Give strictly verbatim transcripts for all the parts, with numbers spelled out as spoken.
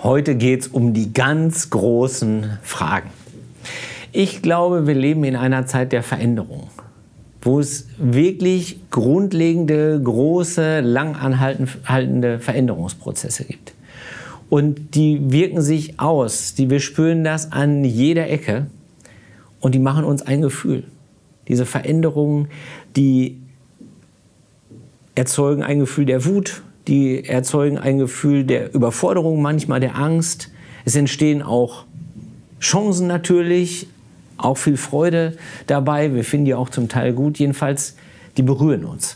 Heute geht es um die ganz großen Fragen. Ich glaube, wir leben in einer Zeit der Veränderung, wo es wirklich grundlegende, große, lang anhaltende Veränderungsprozesse gibt. Und die wirken sich aus, die, wir spüren das an jeder Ecke und die machen uns ein Gefühl. Diese Veränderungen, die erzeugen ein Gefühl der Wut, die erzeugen ein Gefühl der Überforderung, manchmal der Angst. Es entstehen auch Chancen natürlich, auch viel Freude dabei. Wir finden die auch zum Teil gut. Jedenfalls, die berühren uns.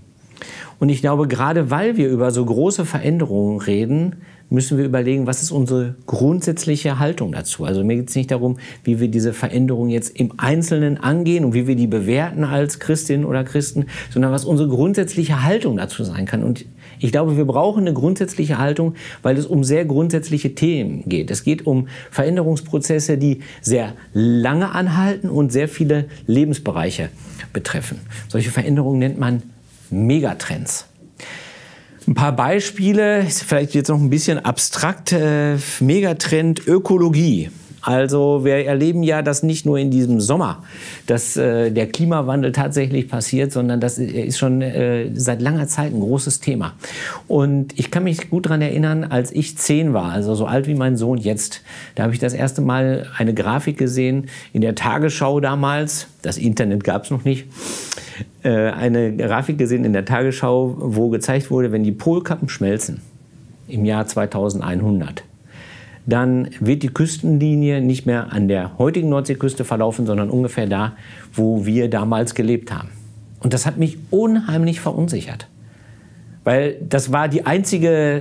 Und ich glaube, gerade weil wir über so große Veränderungen reden, müssen wir überlegen, was ist unsere grundsätzliche Haltung dazu. Also mir geht es nicht darum, wie wir diese Veränderung jetzt im Einzelnen angehen und wie wir die bewerten als Christinnen oder Christen, sondern was unsere grundsätzliche Haltung dazu sein kann. Und ich glaube, wir brauchen eine grundsätzliche Haltung, weil es um sehr grundsätzliche Themen geht. Es geht um Veränderungsprozesse, die sehr lange anhalten und sehr viele Lebensbereiche betreffen. Solche Veränderungen nennt man Megatrends. Ein paar Beispiele, ist vielleicht jetzt noch ein bisschen abstrakt, äh, Megatrend Ökologie. Also wir erleben ja, dass nicht nur in diesem Sommer dass, äh, der Klimawandel tatsächlich passiert, sondern das ist schon äh, seit langer Zeit ein großes Thema. Und ich kann mich gut daran erinnern, als ich zehn war, also so alt wie mein Sohn jetzt, da habe ich das erste Mal eine Grafik gesehen in der Tagesschau damals, das Internet gab es noch nicht, äh, eine Grafik gesehen in der Tagesschau, wo gezeigt wurde, wenn die Polkappen schmelzen im Jahr zweitausendeinhundert, dann wird die Küstenlinie nicht mehr an der heutigen Nordseeküste verlaufen, sondern ungefähr da, wo wir damals gelebt haben. Und das hat mich unheimlich verunsichert, weil das war die einzige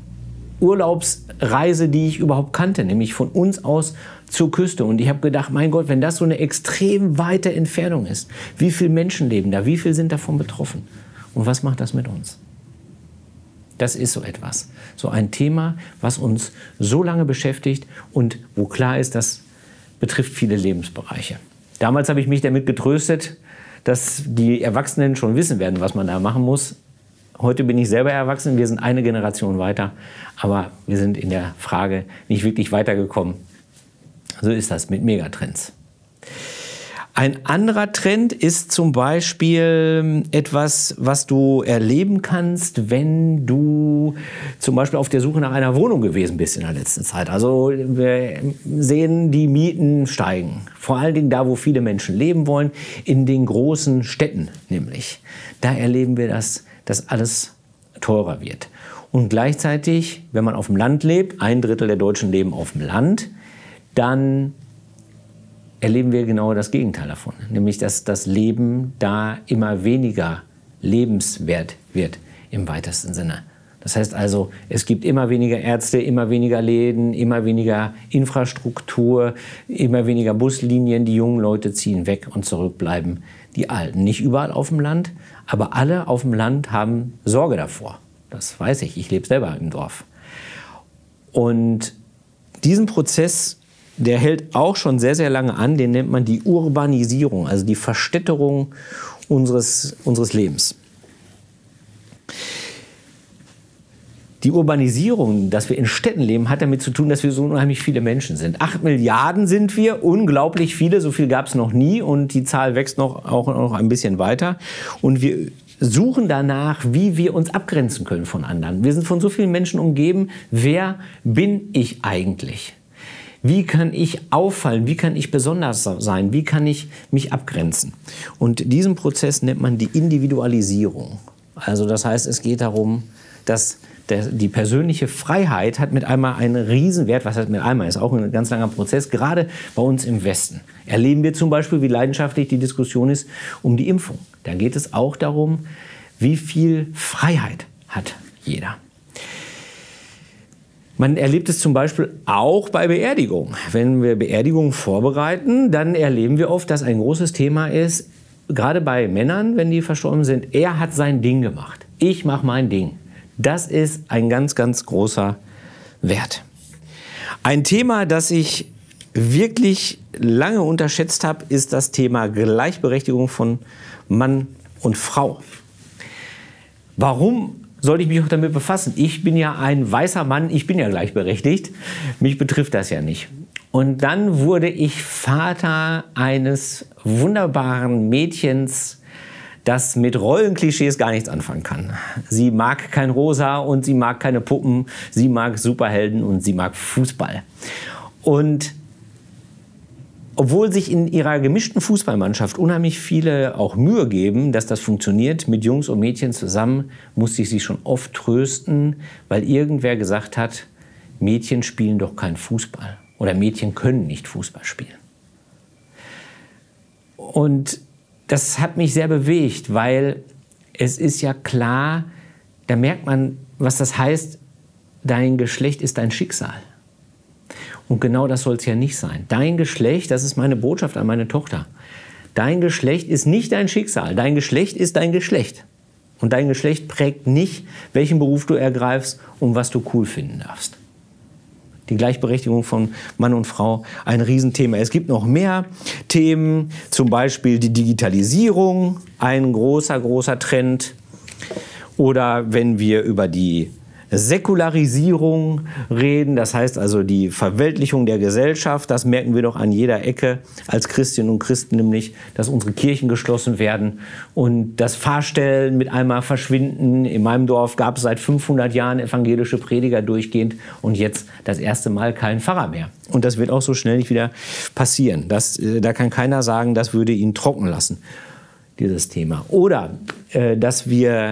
Urlaubsreise, die ich überhaupt kannte, nämlich von uns aus zur Küste. Und ich habe gedacht, mein Gott, wenn das so eine extrem weite Entfernung ist, wie viele Menschen leben da, wie viele sind davon betroffen? Und was macht das mit uns? Das ist so etwas, so ein Thema, was uns so lange beschäftigt und wo klar ist, das betrifft viele Lebensbereiche. Damals habe ich mich damit getröstet, dass die Erwachsenen schon wissen werden, was man da machen muss. Heute bin ich selber erwachsen, wir sind eine Generation weiter, aber wir sind in der Frage nicht wirklich weitergekommen. So ist das mit Megatrends. Ein anderer Trend ist zum Beispiel etwas, was du erleben kannst, wenn du zum Beispiel auf der Suche nach einer Wohnung gewesen bist in der letzten Zeit. Also wir sehen, die Mieten steigen. Vor allen Dingen da, wo viele Menschen leben wollen, in den großen Städten nämlich. Da erleben wir, dass das alles teurer wird. Und gleichzeitig, wenn man auf dem Land lebt, ein Drittel der Deutschen leben auf dem Land, dann erleben wir genau das Gegenteil davon, nämlich dass das Leben da immer weniger lebenswert wird im weitesten Sinne. Das heißt also, es gibt immer weniger Ärzte, immer weniger Läden, immer weniger Infrastruktur, immer weniger Buslinien. Die jungen Leute ziehen weg und zurückbleiben die Alten. Nicht überall auf dem Land, aber alle auf dem Land haben Sorge davor. Das weiß ich, ich lebe selber im Dorf. Und diesen Prozess, der hält auch schon sehr, sehr lange an, den nennt man die Urbanisierung, also die Verstädterung unseres, unseres Lebens. Die Urbanisierung, dass wir in Städten leben, hat damit zu tun, dass wir so unheimlich viele Menschen sind. Acht Milliarden sind wir, unglaublich viele, so viel gab es noch nie und die Zahl wächst noch, auch noch ein bisschen weiter. Und wir suchen danach, wie wir uns abgrenzen können von anderen. Wir sind von so vielen Menschen umgeben. Wer bin ich eigentlich? Wie kann ich auffallen? Wie kann ich besonders sein? Wie kann ich mich abgrenzen? Und diesen Prozess nennt man die Individualisierung. Also das heißt, es geht darum, dass der, die persönliche Freiheit hat mit einmal einen Riesenwert. Was heißt mit einmal? Ist auch ein ganz langer Prozess. Gerade bei uns im Westen erleben wir zum Beispiel, wie leidenschaftlich die Diskussion ist um die Impfung. Da geht es auch darum, wie viel Freiheit hat jeder. Man erlebt es zum Beispiel auch bei Beerdigungen. Wenn wir Beerdigungen vorbereiten, dann erleben wir oft, dass ein großes Thema ist, gerade bei Männern, wenn die verstorben sind, er hat sein Ding gemacht. Ich mache mein Ding. Das ist ein ganz, ganz großer Wert. Ein Thema, das ich wirklich lange unterschätzt habe, ist das Thema Gleichberechtigung von Mann und Frau. Warum sollte ich mich auch damit befassen. Ich bin ja ein weißer Mann, ich bin ja gleichberechtigt. Mich betrifft das ja nicht. Und dann wurde ich Vater eines wunderbaren Mädchens, das mit Rollenklischees gar nichts anfangen kann. Sie mag kein Rosa und sie mag keine Puppen, sie mag Superhelden und sie mag Fußball. Und obwohl sich in ihrer gemischten Fußballmannschaft unheimlich viele auch Mühe geben, dass das funktioniert, mit Jungs und Mädchen zusammen, musste ich sie schon oft trösten, weil irgendwer gesagt hat, Mädchen spielen doch keinen Fußball oder Mädchen können nicht Fußball spielen. Und das hat mich sehr bewegt, weil es ist ja klar, da merkt man, was das heißt, dein Geschlecht ist dein Schicksal. Und genau das soll es ja nicht sein. Dein Geschlecht, das ist meine Botschaft an meine Tochter. Dein Geschlecht ist nicht dein Schicksal. Dein Geschlecht ist dein Geschlecht. Und dein Geschlecht prägt nicht, welchen Beruf du ergreifst und was du cool finden darfst. Die Gleichberechtigung von Mann und Frau, ein Riesenthema. Es gibt noch mehr Themen, zum Beispiel die Digitalisierung, ein großer, großer Trend. Oder wenn wir über die Säkularisierung reden, das heißt also die Verweltlichung der Gesellschaft, das merken wir doch an jeder Ecke als Christinnen und Christen, nämlich, dass unsere Kirchen geschlossen werden und das Pfarrstellen mit einmal verschwinden. In meinem Dorf gab es seit fünfhundert Jahren evangelische Prediger durchgehend und jetzt das erste Mal kein Pfarrer mehr. Und das wird auch so schnell nicht wieder passieren. Das, äh, da kann keiner sagen, das würde ihn trocken lassen, dieses Thema. Oder, äh, dass wir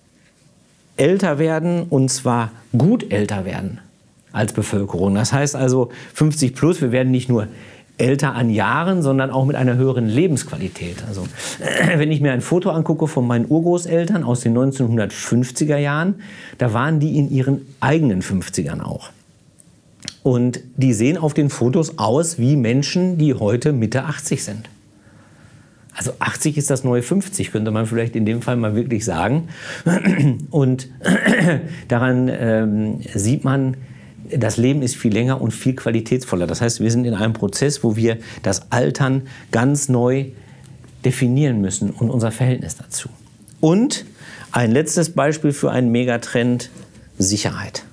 älter werden, und zwar gut älter werden als Bevölkerung. Das heißt also fünfzig plus, wir werden nicht nur älter an Jahren, sondern auch mit einer höheren Lebensqualität. Also wenn ich mir ein Foto angucke von meinen Urgroßeltern aus den neunzehnhundertfünfziger Jahren, da waren die in ihren eigenen fünfzigern auch. Und die sehen auf den Fotos aus wie Menschen, die heute Mitte achtzig sind. Also achtzig ist das neue fünfzig, könnte man vielleicht in dem Fall mal wirklich sagen. Und daran ähm, sieht man, das Leben ist viel länger und viel qualitätsvoller. Das heißt, wir sind in einem Prozess, wo wir das Altern ganz neu definieren müssen und unser Verhältnis dazu. Und ein letztes Beispiel für einen Megatrend, Sicherheit.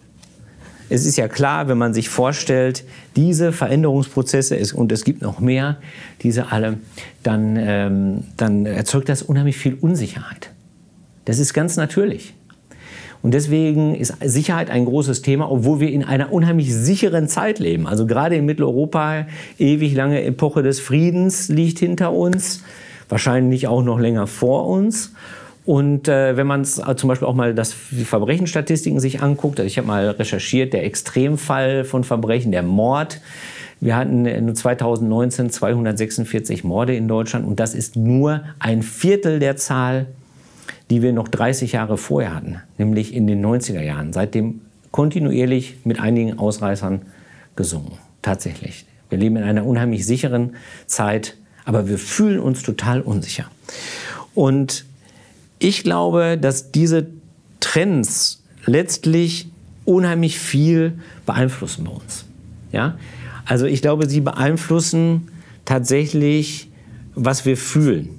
Es ist ja klar, wenn man sich vorstellt, diese Veränderungsprozesse, und es gibt noch mehr, diese alle, dann, ähm, dann erzeugt das unheimlich viel Unsicherheit. Das ist ganz natürlich. Und deswegen ist Sicherheit ein großes Thema, obwohl wir in einer unheimlich sicheren Zeit leben. Also gerade in Mitteleuropa, ewig lange Epoche des Friedens liegt hinter uns, wahrscheinlich auch noch länger vor uns. Und äh, wenn man es zum Beispiel auch mal das, die Verbrechensstatistiken sich anguckt, also ich habe mal recherchiert, der Extremfall von Verbrechen, der Mord. Wir hatten zweitausendneunzehn zweihundertsechsundvierzig Morde in Deutschland und das ist nur ein Viertel der Zahl, die wir noch dreißig Jahre vorher hatten, nämlich in den neunziger Jahren. Seitdem kontinuierlich mit einigen Ausreißern gesunken. Tatsächlich. Wir leben in einer unheimlich sicheren Zeit, aber wir fühlen uns total unsicher. Und ich glaube, dass diese Trends letztlich unheimlich viel beeinflussen bei uns. Ja? Also ich glaube, sie beeinflussen tatsächlich, was wir fühlen.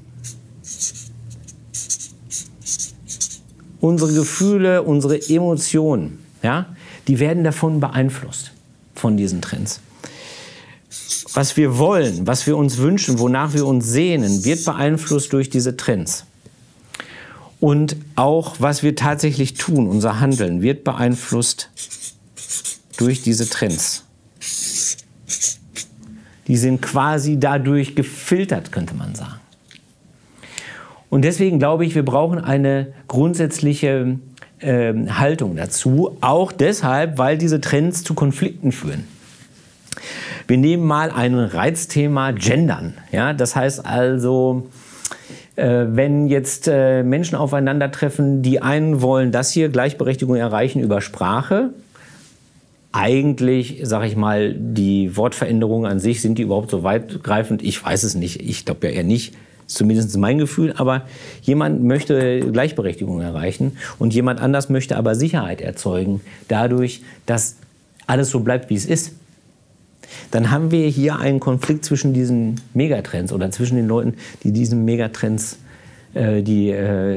Unsere Gefühle, unsere Emotionen, ja, die werden davon beeinflusst, von diesen Trends. Was wir wollen, was wir uns wünschen, wonach wir uns sehnen, wird beeinflusst durch diese Trends. Und auch, was wir tatsächlich tun, unser Handeln, wird beeinflusst durch diese Trends. Die sind quasi dadurch gefiltert, könnte man sagen. Und deswegen glaube ich, wir brauchen eine grundsätzliche äh, Haltung dazu. Auch deshalb, weil diese Trends zu Konflikten führen. Wir nehmen mal ein Reizthema Gendern. Ja, das heißt also, äh, wenn jetzt äh, Menschen aufeinandertreffen, die einen wollen, das hier Gleichberechtigung erreichen über Sprache. Eigentlich, sage ich mal, die Wortveränderungen an sich, sind die überhaupt so weitgreifend? Ich weiß es nicht. Ich glaube ja eher nicht. Zumindest mein Gefühl, aber jemand möchte Gleichberechtigung erreichen und jemand anders möchte aber Sicherheit erzeugen, dadurch, dass alles so bleibt, wie es ist. Dann haben wir hier einen Konflikt zwischen diesen Megatrends oder zwischen den Leuten, die diesen Megatrends die,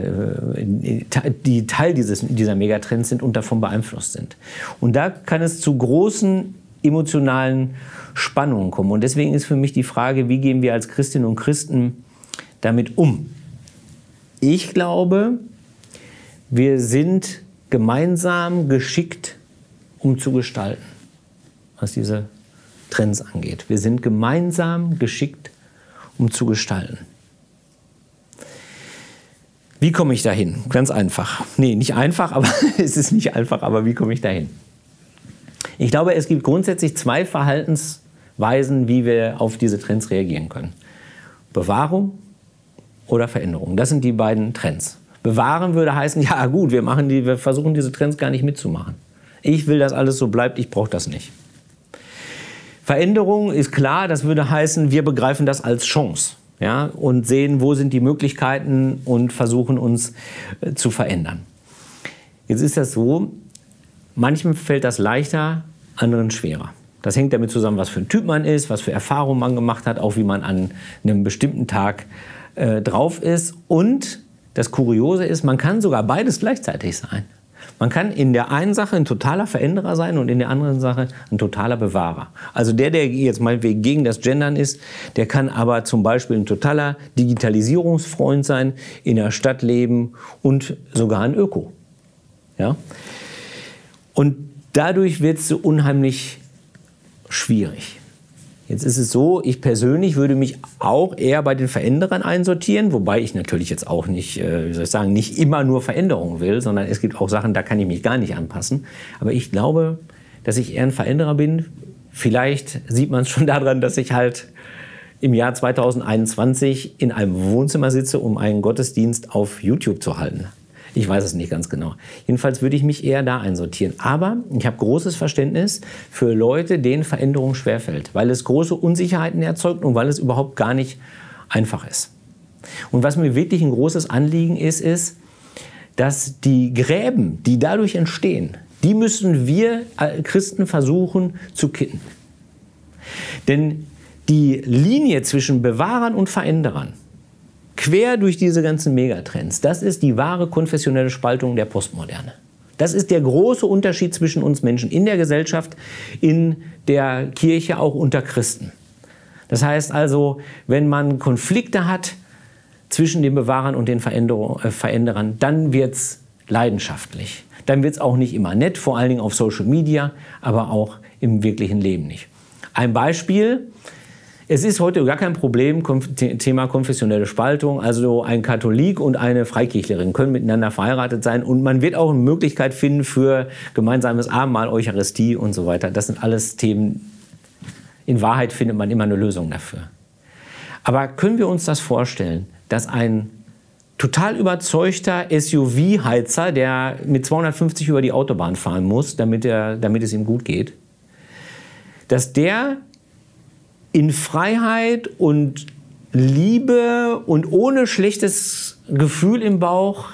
die Teil dieses, dieser Megatrends sind und davon beeinflusst sind. Und da kann es zu großen emotionalen Spannungen kommen. Und deswegen ist für mich die Frage, wie gehen wir als Christinnen und Christen damit um? Ich glaube, wir sind gemeinsam geschickt, um zu gestalten, was diese Trends angeht. Wir sind gemeinsam geschickt, um zu gestalten. Wie komme ich dahin? Ganz einfach. Nee, nicht einfach, aber es ist nicht einfach, aber wie komme ich dahin? Ich glaube, es gibt grundsätzlich zwei Verhaltensweisen, wie wir auf diese Trends reagieren können. Bewahrung oder Veränderung. Das sind die beiden Trends. Bewahren würde heißen, ja gut, wir, machen die, wir versuchen diese Trends gar nicht mitzumachen. Ich will, dass alles so bleibt, ich brauche das nicht. Veränderung ist klar, das würde heißen, wir begreifen das als Chance, ja, und sehen, wo sind die Möglichkeiten und versuchen uns äh, zu verändern. Jetzt ist das so, manchem fällt das leichter, anderen schwerer. Das hängt damit zusammen, was für ein Typ man ist, was für Erfahrungen man gemacht hat, auch wie man an einem bestimmten Tag äh, drauf ist. Und das Kuriose ist, man kann sogar beides gleichzeitig sein. Man kann in der einen Sache ein totaler Veränderer sein und in der anderen Sache ein totaler Bewahrer. Also der, der jetzt meinetwegen gegen das Gendern ist, der kann aber zum Beispiel ein totaler Digitalisierungsfreund sein, in der Stadt leben und sogar ein Öko. Ja? Und dadurch wird es so unheimlich schwierig. Jetzt ist es so, ich persönlich würde mich auch eher bei den Veränderern einsortieren, wobei ich natürlich jetzt auch nicht, wie soll ich sagen, nicht immer nur Veränderungen will, sondern es gibt auch Sachen, da kann ich mich gar nicht anpassen. Aber ich glaube, dass ich eher ein Veränderer bin. Vielleicht sieht man es schon daran, dass ich halt im Jahr zweitausendeinundzwanzig in einem Wohnzimmer sitze, um einen Gottesdienst auf YouTube zu halten. Ich weiß es nicht ganz genau. Jedenfalls würde ich mich eher da einsortieren. Aber ich habe großes Verständnis für Leute, denen Veränderung schwerfällt, weil es große Unsicherheiten erzeugt und weil es überhaupt gar nicht einfach ist. Und was mir wirklich ein großes Anliegen ist, ist, dass die Gräben, die dadurch entstehen, die müssen wir Christen versuchen zu kitten. Denn die Linie zwischen Bewahrern und Veränderern, quer durch diese ganzen Megatrends, das ist die wahre konfessionelle Spaltung der Postmoderne. Das ist der große Unterschied zwischen uns Menschen in der Gesellschaft, in der Kirche, auch unter Christen. Das heißt also, wenn man Konflikte hat zwischen den Bewahrern und den Veränderern, dann wird es leidenschaftlich. Dann wird es auch nicht immer nett, vor allen Dingen auf Social Media, aber auch im wirklichen Leben nicht. Ein Beispiel: Es ist heute gar kein Problem, Thema konfessionelle Spaltung. Also ein Katholik und eine Freikirchlerin können miteinander verheiratet sein. Und man wird auch eine Möglichkeit finden für gemeinsames Abendmahl, Eucharistie und so weiter. Das sind alles Themen. In Wahrheit findet man immer eine Lösung dafür. Aber können wir uns das vorstellen, dass ein total überzeugter S U V-Heizer, der mit zweihundertfünfzig über die Autobahn fahren muss, damit, er, damit es ihm gut geht, dass der in Freiheit und Liebe und ohne schlechtes Gefühl im Bauch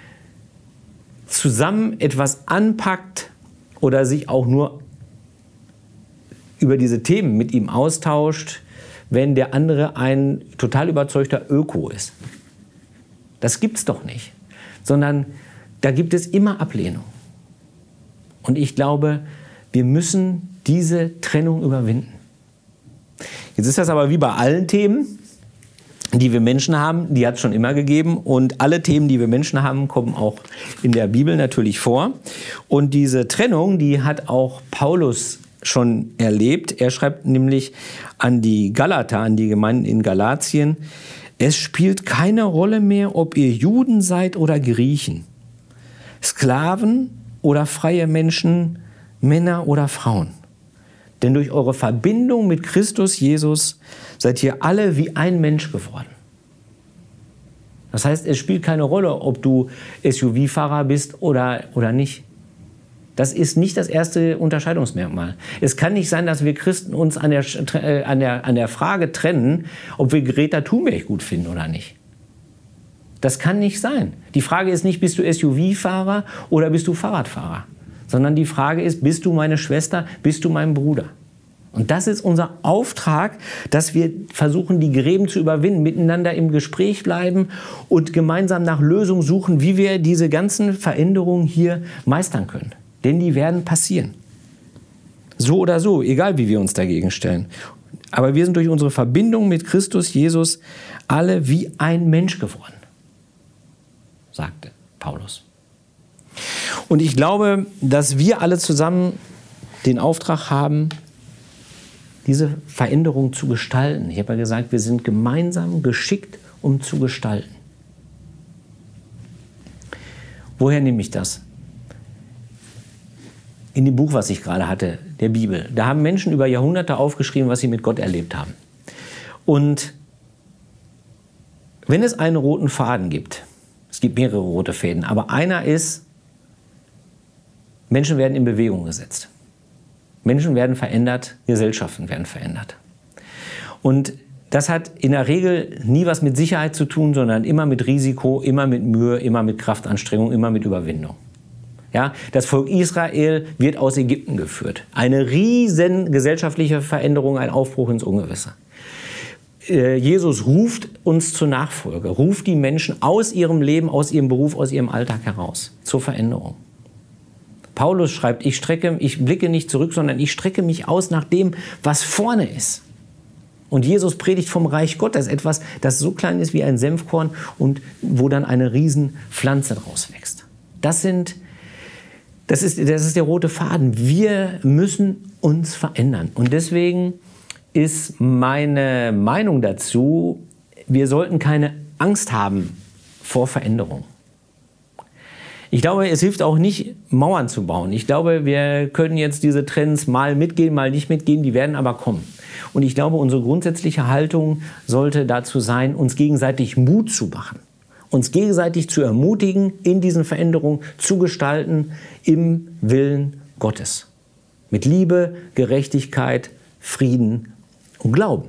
zusammen etwas anpackt oder sich auch nur über diese Themen mit ihm austauscht, wenn der andere ein total überzeugter Öko ist? Das gibt's doch nicht, sondern da gibt es immer Ablehnung. Und ich glaube, wir müssen diese Trennung überwinden. Jetzt ist das aber wie bei allen Themen, die wir Menschen haben, die hat es schon immer gegeben. Und alle Themen, die wir Menschen haben, kommen auch in der Bibel natürlich vor. Und diese Trennung, die hat auch Paulus schon erlebt. Er schreibt nämlich an die Galater, an die Gemeinden in Galatien: Es spielt keine Rolle mehr, ob ihr Juden seid oder Griechen, Sklaven oder freie Menschen, Männer oder Frauen. Denn durch eure Verbindung mit Christus Jesus seid ihr alle wie ein Mensch geworden. Das heißt, es spielt keine Rolle, ob du S U V-Fahrer bist oder, oder nicht. Das ist nicht das erste Unterscheidungsmerkmal. Es kann nicht sein, dass wir Christen uns an der, äh, an der, an der Frage trennen, ob wir Greta Thunberg gut finden oder nicht. Das kann nicht sein. Die Frage ist nicht, bist du S U V-Fahrer oder bist du Fahrradfahrer? Sondern die Frage ist, bist du meine Schwester, bist du mein Bruder? Und das ist unser Auftrag, dass wir versuchen, die Gräben zu überwinden, miteinander im Gespräch bleiben und gemeinsam nach Lösungen suchen, wie wir diese ganzen Veränderungen hier meistern können. Denn die werden passieren. So oder so, egal wie wir uns dagegen stellen. Aber wir sind durch unsere Verbindung mit Christus Jesus alle wie ein Mensch geworden, sagte Paulus. Und ich glaube, dass wir alle zusammen den Auftrag haben, diese Veränderung zu gestalten. Ich habe ja gesagt, wir sind gemeinsam geschickt, um zu gestalten. Woher nehme ich das? In dem Buch, was ich gerade hatte, der Bibel. Da haben Menschen über Jahrhunderte aufgeschrieben, was sie mit Gott erlebt haben. Und wenn es einen roten Faden gibt, es gibt mehrere rote Fäden, aber einer ist, Menschen werden in Bewegung gesetzt. Menschen werden verändert, Gesellschaften werden verändert. Und das hat in der Regel nie was mit Sicherheit zu tun, sondern immer mit Risiko, immer mit Mühe, immer mit Kraftanstrengung, immer mit Überwindung. Ja, das Volk Israel wird aus Ägypten geführt. Eine riesen gesellschaftliche Veränderung, ein Aufbruch ins Ungewisse. Äh, Jesus ruft uns zur Nachfolge, ruft die Menschen aus ihrem Leben, aus ihrem Beruf, aus ihrem Alltag heraus zur Veränderung. Paulus schreibt, ich strecke, ich blicke nicht zurück, sondern ich strecke mich aus nach dem, was vorne ist. Und Jesus predigt vom Reich Gottes, etwas, das so klein ist wie ein Senfkorn und wo dann eine Riesenpflanze draus wächst. Das sind, das ist, das ist der rote Faden. Wir müssen uns verändern. Und deswegen ist meine Meinung dazu, wir sollten keine Angst haben vor Veränderung. Ich glaube, es hilft auch nicht, Mauern zu bauen. Ich glaube, wir können jetzt diese Trends mal mitgehen, mal nicht mitgehen, die werden aber kommen. Und ich glaube, unsere grundsätzliche Haltung sollte dazu sein, uns gegenseitig Mut zu machen, uns gegenseitig zu ermutigen, in diesen Veränderungen zu gestalten, im Willen Gottes. Mit Liebe, Gerechtigkeit, Frieden und Glauben.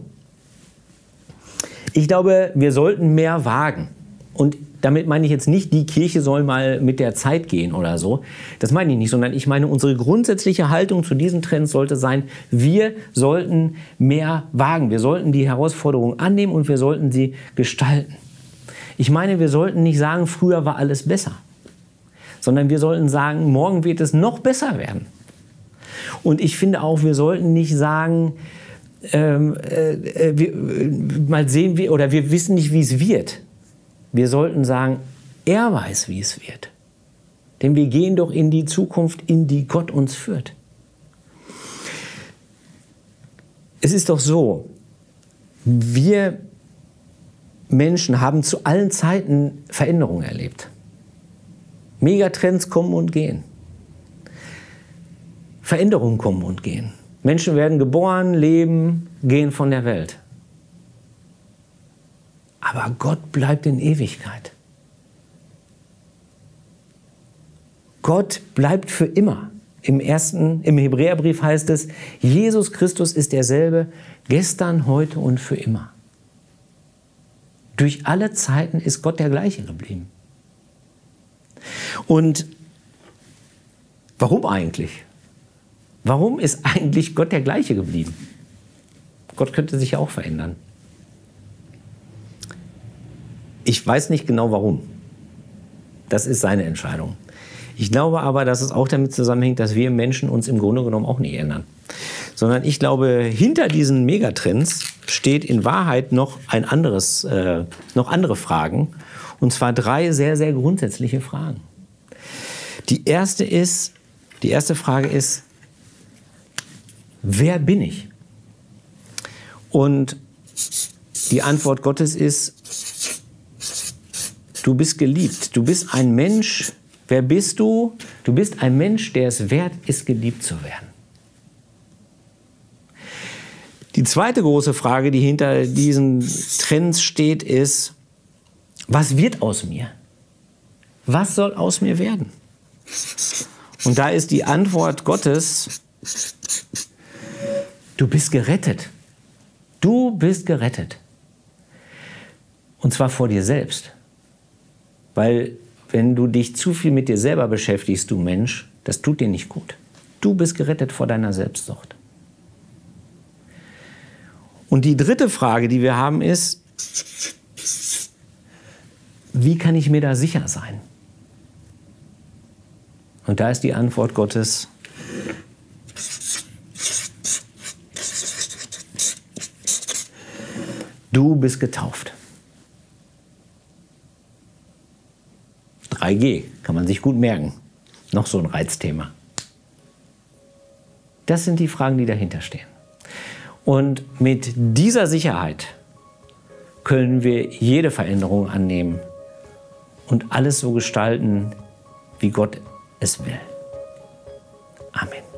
Ich glaube, wir sollten mehr wagen. Und damit meine ich jetzt nicht, die Kirche soll mal mit der Zeit gehen oder so. Das meine ich nicht, sondern ich meine, unsere grundsätzliche Haltung zu diesen Trends sollte sein, wir sollten mehr wagen. Wir sollten die Herausforderungen annehmen und wir sollten sie gestalten. Ich meine, wir sollten nicht sagen, früher war alles besser, sondern wir sollten sagen, morgen wird es noch besser werden. Und ich finde auch, wir sollten nicht sagen, ähm, äh, wir, mal sehen wir, oder wir wissen nicht, wie es wird. Wir sollten sagen, er weiß, wie es wird. Denn wir gehen doch in die Zukunft, in die Gott uns führt. Es ist doch so, wir Menschen haben zu allen Zeiten Veränderungen erlebt. Megatrends kommen und gehen. Veränderungen kommen und gehen. Menschen werden geboren, leben, gehen von der Welt. Aber Gott bleibt in Ewigkeit. Gott bleibt für immer. Im ersten, im Hebräerbrief heißt es, Jesus Christus ist derselbe, gestern, heute und für immer. Durch alle Zeiten ist Gott der gleiche geblieben. Und warum eigentlich? Warum ist eigentlich Gott der gleiche geblieben? Gott könnte sich ja auch verändern. Ich weiß nicht genau warum. Das ist seine Entscheidung. Ich glaube aber, dass es auch damit zusammenhängt, dass wir Menschen uns im Grunde genommen auch nicht ändern. Sondern ich glaube, hinter diesen Megatrends steht in Wahrheit noch ein anderes, äh, noch andere Fragen. Und zwar drei sehr, sehr grundsätzliche Fragen. Die erste ist, die erste Frage ist, wer bin ich? Und die Antwort Gottes ist, du bist geliebt. Du bist ein Mensch. Wer bist du? Du bist ein Mensch, der es wert ist, geliebt zu werden. Die zweite große Frage, die hinter diesen Trends steht, ist, was wird aus mir? Was soll aus mir werden? Und da ist die Antwort Gottes, du bist gerettet. Du bist gerettet. Und zwar vor dir selbst. Weil wenn du dich zu viel mit dir selber beschäftigst, du Mensch, das tut dir nicht gut. Du bist gerettet vor deiner Selbstsucht. Und die dritte Frage, die wir haben, ist, wie kann ich mir da sicher sein? Und da ist die Antwort Gottes: Du bist getauft. drei G, kann man sich gut merken. Noch so ein Reizthema. Das sind die Fragen, die dahinter stehen. Und mit dieser Sicherheit können wir jede Veränderung annehmen und alles so gestalten, wie Gott es will. Amen.